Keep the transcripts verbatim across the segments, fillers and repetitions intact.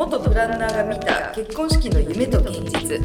元プランナーが見た結婚式の夢と現実。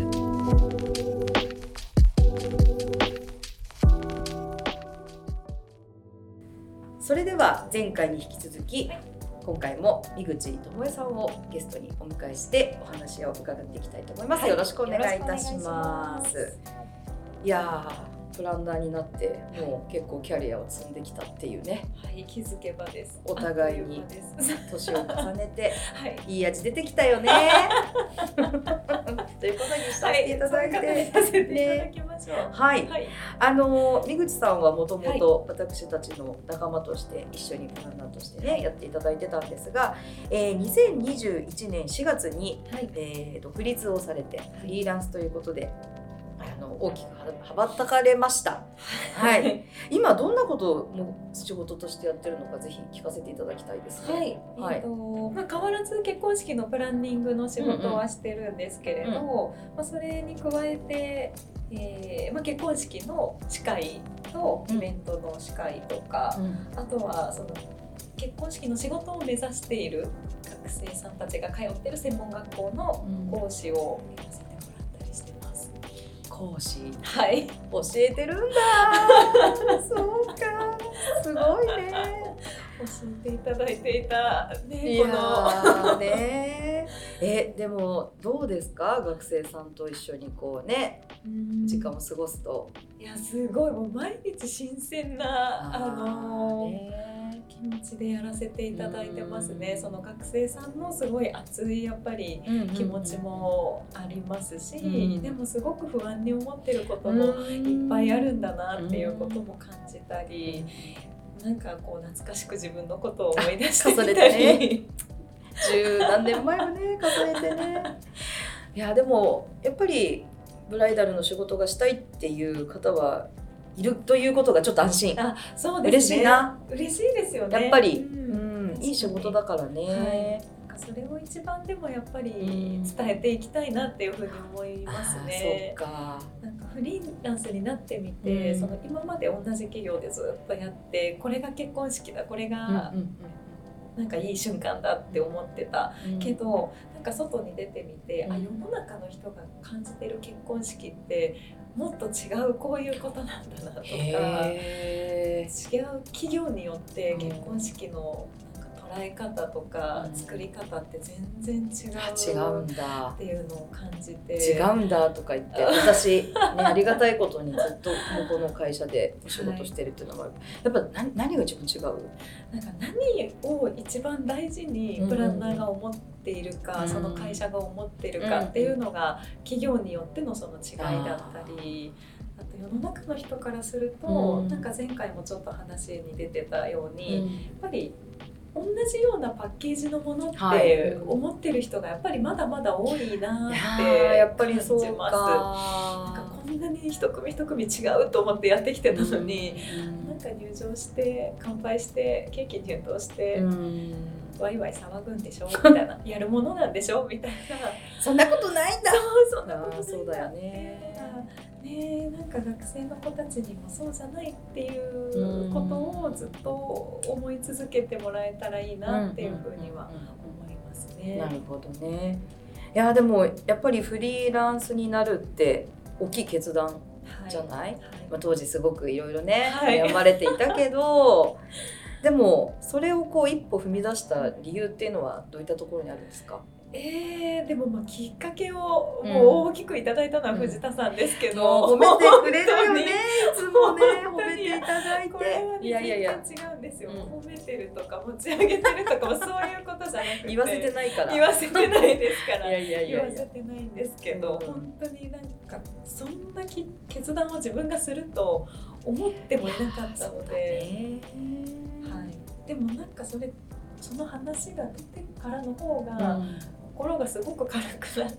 それでは前回に引き続き、今回も三口智恵さんをゲストにお迎えしてお話を伺っていきたいと思います、はい、よろしくお願いいたします。いやープランナーになってもう結構キャリアを積んできたっていうね、 はい、気づけばです。 お互いに年を重ねて、 はい、 いい味出てきたよねということにさせていただいて、 はい、させていただきましょう。 はい、はい、あの三口さんはもともと私たちの仲間として一緒にプランナーとしてね、はい、やっていただいてたんですが、えー、にせんにじゅういちねんしがつに、はい、えー、独立をされてフリーランスということで、あの大きく羽ばたかれました。はい。今どんなことをもう仕事としてやってるのかぜひ聞かせていただきたいですね。 はい。はい、えーとまあ、変わらず結婚式のプランニングの仕事はしてるんですけれど、うんうん、まあ、それに加えて、えーまあ、結婚式の司会とイベントの司会とか、うん、あとはその結婚式の仕事を目指している学生さんたちが通っている専門学校の講師をやらせてもらったりしてます。 講師、 はい、 教えてるんだそうか、すごいね教えていただいていた、ね、 いやーねえでもどうですか、学生さんと一緒にこうね時間を過ごすと。 いやすごい、もう毎日新鮮なあのーね気持ちでやらせていただいてますね。その学生さんのすごい熱いやっぱり気持ちもありますし、うんうんうん、でもすごく不安に思ってることもいっぱいあるんだなっていうことも感じたり、なんかこう懐かしく自分のことを思い出してみたり、 ね、十何年前もね数えてねいやでもやっぱりブライダルの仕事がしたいっていう方はいるということがちょっと安心。 あ、そうですね。嬉しいな。嬉しいですよね。 やっぱり、うんうん、いい仕事だからね。 はい、それを一番でもやっぱり伝えていきたいなっていうふうに思いますね。 そうか。 なんかフリーランスになってみて、うん、その今まで同じ企業でずっとやってこれが結婚式だ、これがなんかいい瞬間だって思ってた、うん、けどなんか外に出てみて、うん、あ、世の中の人が感じてる結婚式ってもっと違うこういうことなんだなとか、違う企業によって結婚式の捉え方とか作り方って全然違う、 違うんだっていうのを感じて、 違うんだとか言って私、ね、ありがたいことにずっと向こうの会社でお仕事してるっていうのも、はい、やっぱ何、何が一番違う？ なんか何を一番大事にプランナーが思っているか、うん、その会社が思っているかっていうのが企業によってのその違いだったり、あと世の中の人からすると、うん、なんか前回もちょっと話に出てたように、うん、やっぱり同じようなパッケージのものって思ってる人がやっぱりまだまだ多いなって感じます。なんかこんなに一組一組違うと思ってやってきてたのに、うん、なんか入場して乾杯してケーキ入刀して、うん、ワイワイ騒ぐんでしょみたいなやるものなんでしょみたいなそんなことないんだ。 そう、そんなことないんだ。 そうだよね。 ね、なんか学生の子たちにもそうじゃないっていうことをずっと思い続けてもらえたらいいなっていうふうには思いますね。 なるほどね。いやでもやっぱりフリーランスになるって大きい決断じゃない？はいはい、まあ、当時すごくいろいろね、はい、悩まれていたけどでもそれをこう一歩踏み出した理由っていうのはどういったところにあるんですか？ えー、でもまあきっかけをもう大きくいただいたのは藤田さんですけど、 うん、褒めてくれるよねいつもね褒めていただいて。 これは、ね、いやいやいや全然違うんですよ、うん、褒めてるとか持ち上げてるとかもそういうことじゃなくて言わせてないから言わせてないですからいやいやいやいや言わせてないんですけど、うん、本当になんかそんなき決断を自分がすると思ってもいなかったので、はい、でもなんかそれその話が出てからの方が、うん、心がすごく軽くなって、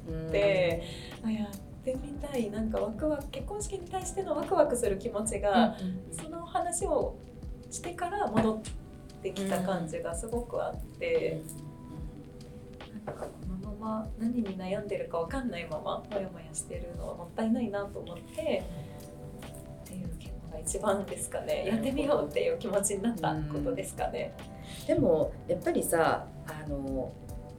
うん、あやってみたい、なんかワクワク結婚式に対してのワクワクする気持ちが、うん、その話をしてから戻ってきた感じがすごくあって、うん、なんかこのまま何に悩んでるか分かんないままモヤモヤしてるのはもったいないなと思ってっていうのが一番ですかね。やってみようっていう気持ちになったことですかね。 でもやっぱりさ、あの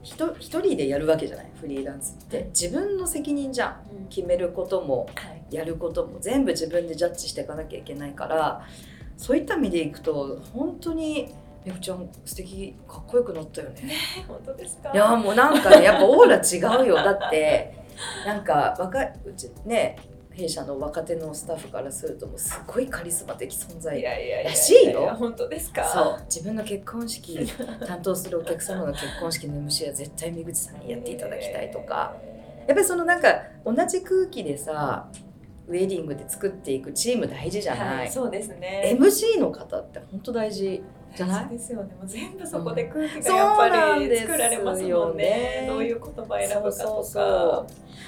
一人でやるわけじゃない。フリーランスって自分の責任じゃん、うん、決めることも、はい、やることも全部自分でジャッジしていかなきゃいけないから、そういった意味でいくと本当にめぐちゃん素敵、かっこよくなったよね。 ね、本当ですか。 いやもうなんかねやっぱオーラ違うよ。だってなんか若いうちね、弊社の若手のスタッフからするともうすごいカリスマ的存在らしいよ。 本当ですか。 そう、自分の結婚式担当するお客様の結婚式の エムシー は絶対めぐちさんにやっていただきたいとか、やっぱりそのなんか同じ空気でさウェディングで作っていくチーム大事じゃない、はい、 そうですね。 エムシー の方って本当大事じゃない？ そうですよね。もう全部そこで空気がやっぱり作られますもんね。どういう言葉選ぶかとか。そうそうそう。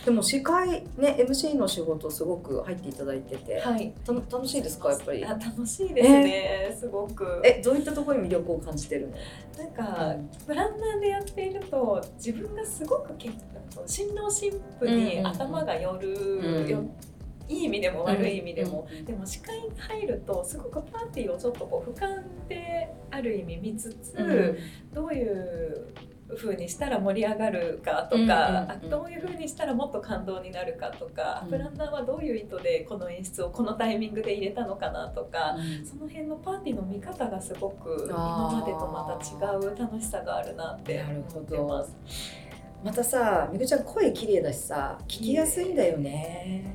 でも司会ね エムシー の仕事すごく入っていただいてて、はい、た楽しいですか？やっぱり。 あ、楽しいですね、えー、すごく。 え、どういったところに魅力を感じてるの？ なんか、うん、プランナーでやっていると自分がすごく結構新郎新婦に頭が寄る、うんうん、よいい意味でも悪い意味でも、うん、でも司会に入るとすごくパーティーをちょっとこう俯瞰である意味見つつ、うん、どういう風にしたら盛り上がるかとか、うんうんうん、どういう風にしたらもっと感動になるかとか、うん、プランナーはどういう意図でこの演出をこのタイミングで入れたのかなとか、うん、その辺のパーティーの見方がすごく今までとまた違う楽しさがあるなって思ってます。 またさ、めぐちゃん声綺麗だしさ、聞きやすいんだよね。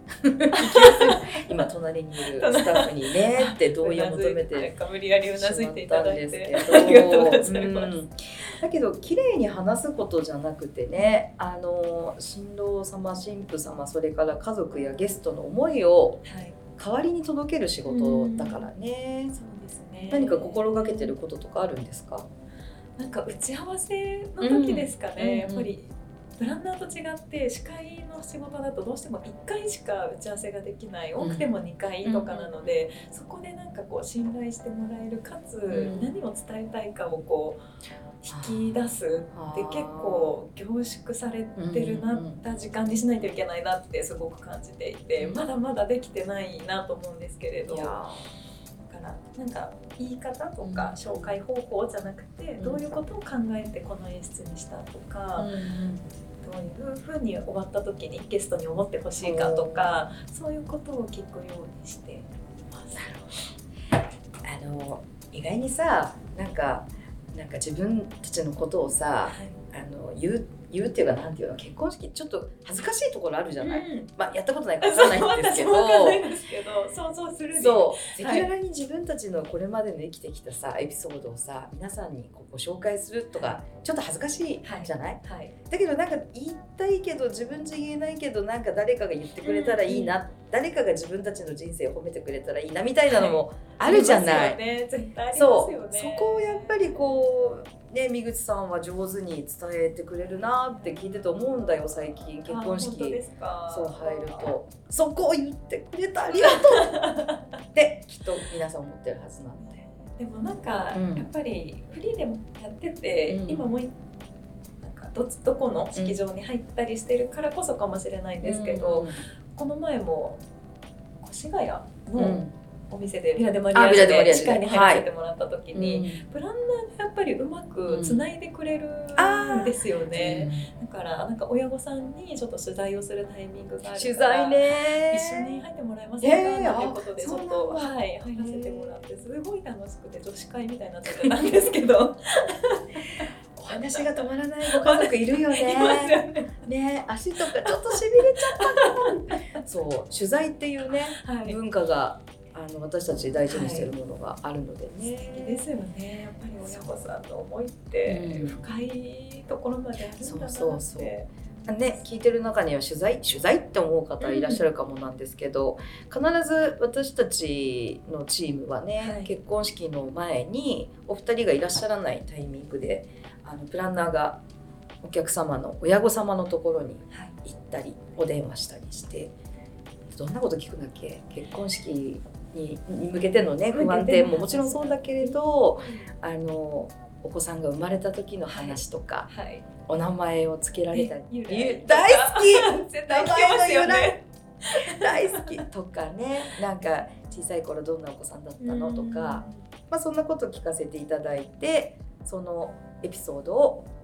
今隣にいるスタッフにねって同意を求めて無理やりうなずいていただいてありがとうございます、うん、だけど綺麗に話すことじゃなくてね、あの新郎様新婦様それから家族やゲストの思いを代わりに届ける仕事だからね、うん、 そうですね。 何か心がけてることとかあるんですか？ なんか打ち合わせの時ですかね、うん、やっぱりプランナーと違って司会の仕事だとどうしてもいっかいしか打ち合わせができない、多くてもにかいとかなので、うん、そこでなんかこう信頼してもらえるかつ、うん、何を伝えたいかをこう引き出すって結構凝縮されてるなった時間にしないといけないなってすごく感じていて、まだまだできてないなと思うんですけれど、だからなんか言い方とか紹介方法じゃなくて、どういうことを考えてこの演出にしたとか、うんうん、どういう風に終わった時にゲストに思ってほしいかとか、そういうことを聞くようにしてます。 あの意外にさ、なんかなんか自分たちのことをさ、はい、あの言う言うっていうかなんていうの、結婚式ちょっと恥ずかしいところあるじゃない、うん、まあやったことないから分かんないんですけど、 分かんないんですけど想像するにそう赤裸々に自分たちのこれまでの生きてきたさエピソードをさ皆さんにこうご紹介するとかちょっと恥ずかしいじゃない、はいはい、だけどなんか言いたいけど自分じゃ言えないけどなんか誰かが言ってくれたらいいな、うんうん、誰かが自分たちの人生を褒めてくれたらいいなみたいなのもあるじゃない、はい、 ありますよね、絶対ありますよね。 そう、そこをやっぱりこうね、三口さんは上手に伝えてくれるなって聞いてて思うんだよ。最近結婚式そう入るとそこを言ってくれたありがとうってきっと皆さん思ってるはずなんで。 でもなんか、うん、やっぱりフリーでもやってて、うん、今もなんか ど, どこの式場に入ったりしてるからこそかもしれないんですけど、うん、この前も越谷の、うんお店でビラデマリアで地下に入らせてもらった時に、はい、プランナーがやっぱりうまくつないでくれるんですよね、うん、だからなんか親御さんにちょっと取材をするタイミングがあるから取材ね一緒に入ってもらえませんか、えー、なんていうことでちょっと、はい、入らせてもらってすごい楽しくて女子会みたいになっちゃってたんですけどお話が止まらないご家族いるよね。いますよね。ね、足とかちょっとしびれちゃったかも。そう、取材っていうね、はい、文化があの私たち大事にしているものがあるのでね、 はい、素敵ですよね。やっぱり親御さんの思いって深いところまであるんだなって、うん、そうそうそうね、聞いてる中には取材取材って思う方いらっしゃるかもなんですけど、うん、必ず私たちのチームはね、はい、結婚式の前にお二人がいらっしゃらないタイミングであのプランナーがお客様の親御様のところに行ったり、はい、お電話したりしてどんなこと聞くんだっけ、結婚式に向けてのね不安点ももちろんそうだけれど、あのお子さんが生まれた時の話とか、はいはい、お名前を付けられたり大好き絶対聞けますよね大好きとかね、なんか小さい頃どんなお子さんだったのとか、まあ、そんなこと聞かせていただいてそのエピソードを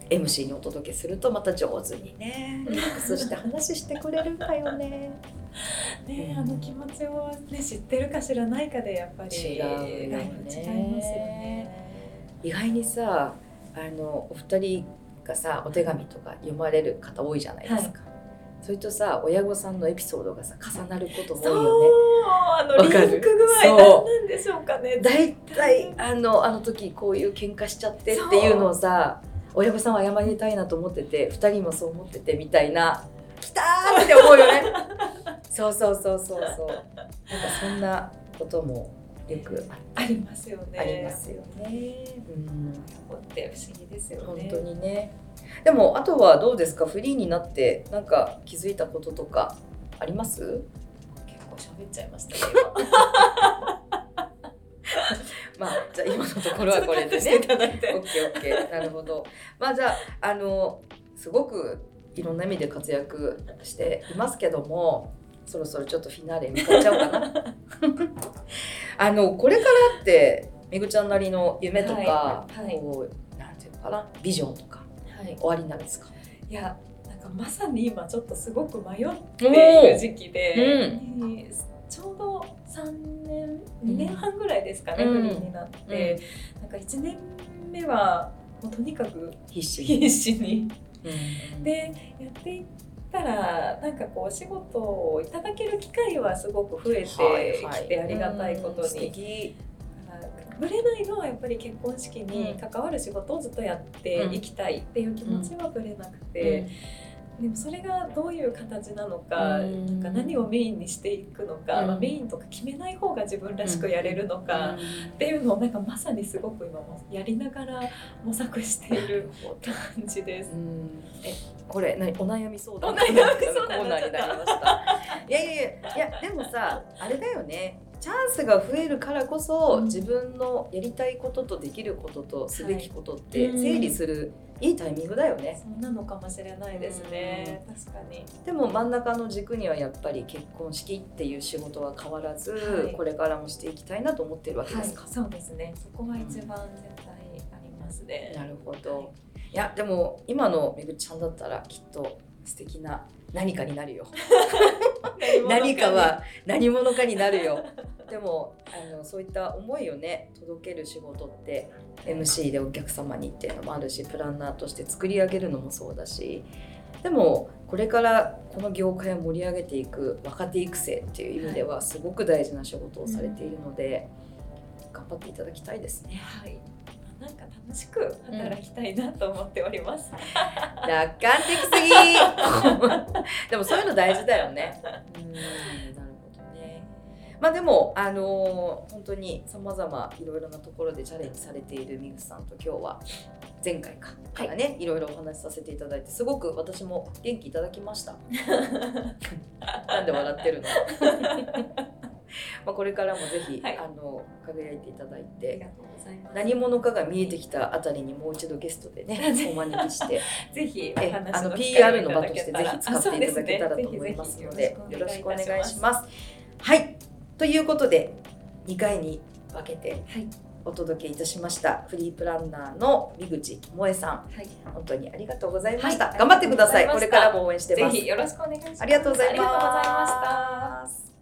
エムシー にお届けするとまた上手にねリラックスして話してくれるんだよね。 ね、うん、あの気持ちを、ね、知ってるか知らないかでやっぱり違うよね。 違いますよね。 意外にさあのお二人がさお手紙とか読まれる方多いじゃないですか、はい、それとさ親御さんのエピソードがさ重なることも多いよね。 そうあのリンク具合何なんでしょうかね。 だいたいあのあの時こういう喧嘩しちゃってっていうのをさ親御さんは謝りたいなと思っててふたりもそう思っててみたいな来たーって思うよね。そうそうそうそうそうなんかそんなこともよくありますよね。 ありますよね。 うん、親子って不思議ですよね。 本当にね。でもあとはどうですかフリーになってなんか気づいたこととかあります？ 結構喋っちゃいましたねまあじゃあ今のところはこれでね。オッケーオッケーなるほど。まあじゃああのすごくいろんな意味で活躍していますけども。そろそろちょっとフィナーレに向かっちゃおうかなあのこれからってめぐちゃんなりの夢とか、はいはい、こうなんていうのかなビジョンとか、はい、終わりなんですか？ いやなんかまさに今ちょっとすごく迷っている時期で、うん、ちょうどさんねんにねんはんぐらいですかね、うん、フリーになって、うん、なんかいちねんめはもうとにかく必死に必死に、うん、でやっていってたらなんかこうお仕事をいただける機会はすごく増えてきて、はいはい、ありがたいことに、素敵。ぶれないのはやっぱり結婚式に関わる仕事をずっとやっていきたいっていう気持ちはぶれなくて、うん、でもそれがどういう形なのか、うん、なんか何をメインにしていくのか、うんまあ、メインとか決めない方が自分らしくやれるのかっていうのをなんかまさにすごく今もやりながら模索している感じです。 うんえこれ何お悩み相談お悩み相談コーナーになりました。いやいやいやいやでもさあれだよね。チャンスが増えるからこそ、うん、自分のやりたいこととできることとすべきことって整理する、はい、いいタイミングだよね。 そうなのかもしれないですね、うん、確かに。 でも真ん中の軸にはやっぱり結婚式っていう仕事は変わらず、はい、これからもしていきたいなと思ってるわけですか？ はい、そうですね。そこは一番絶対ありますね、 うん、なるほど、はい、いやでも今のめぐちゃんだったらきっと素敵な何かになるよ何かは何者かになるよ。でもあのそういった思いをね届ける仕事って エムシー でお客様にっていうのもあるしプランナーとして作り上げるのもそうだし、でもこれからこの業界を盛り上げていく若手育成っていう意味ではすごく大事な仕事をされているので、うん、頑張っていただきたいですね。 はい、なんか楽しく働きたいなと思っております、うん、 楽観的すぎでもそういうの大事だよね。うんなるほどね。まあでもあのー、本当にさまざまいろいろなところでチャレンジされているミグさんと今日は前回かからね、はい、いろいろお話しさせていただいてすごく私も元気いただきましたなんで笑ってるのまあこれからもぜひ、はい、あの輝いていただいて、ありがとうございます。何者かが見えてきたあたりにもう一度ゲストでねお招きしてぜひお話の ピーアール の場としてぜひ使っていただけたらと思いますので、よろしくお願いします。はい、ということでにかいに分けてお届けいたしましたフリープランナーの三口智恵さん、はい、本当にありがとうございました、はい、頑張ってください。これからも応援してます。 ぜひよろしくお願いします。 ありがとうございます。 ありがとうございました。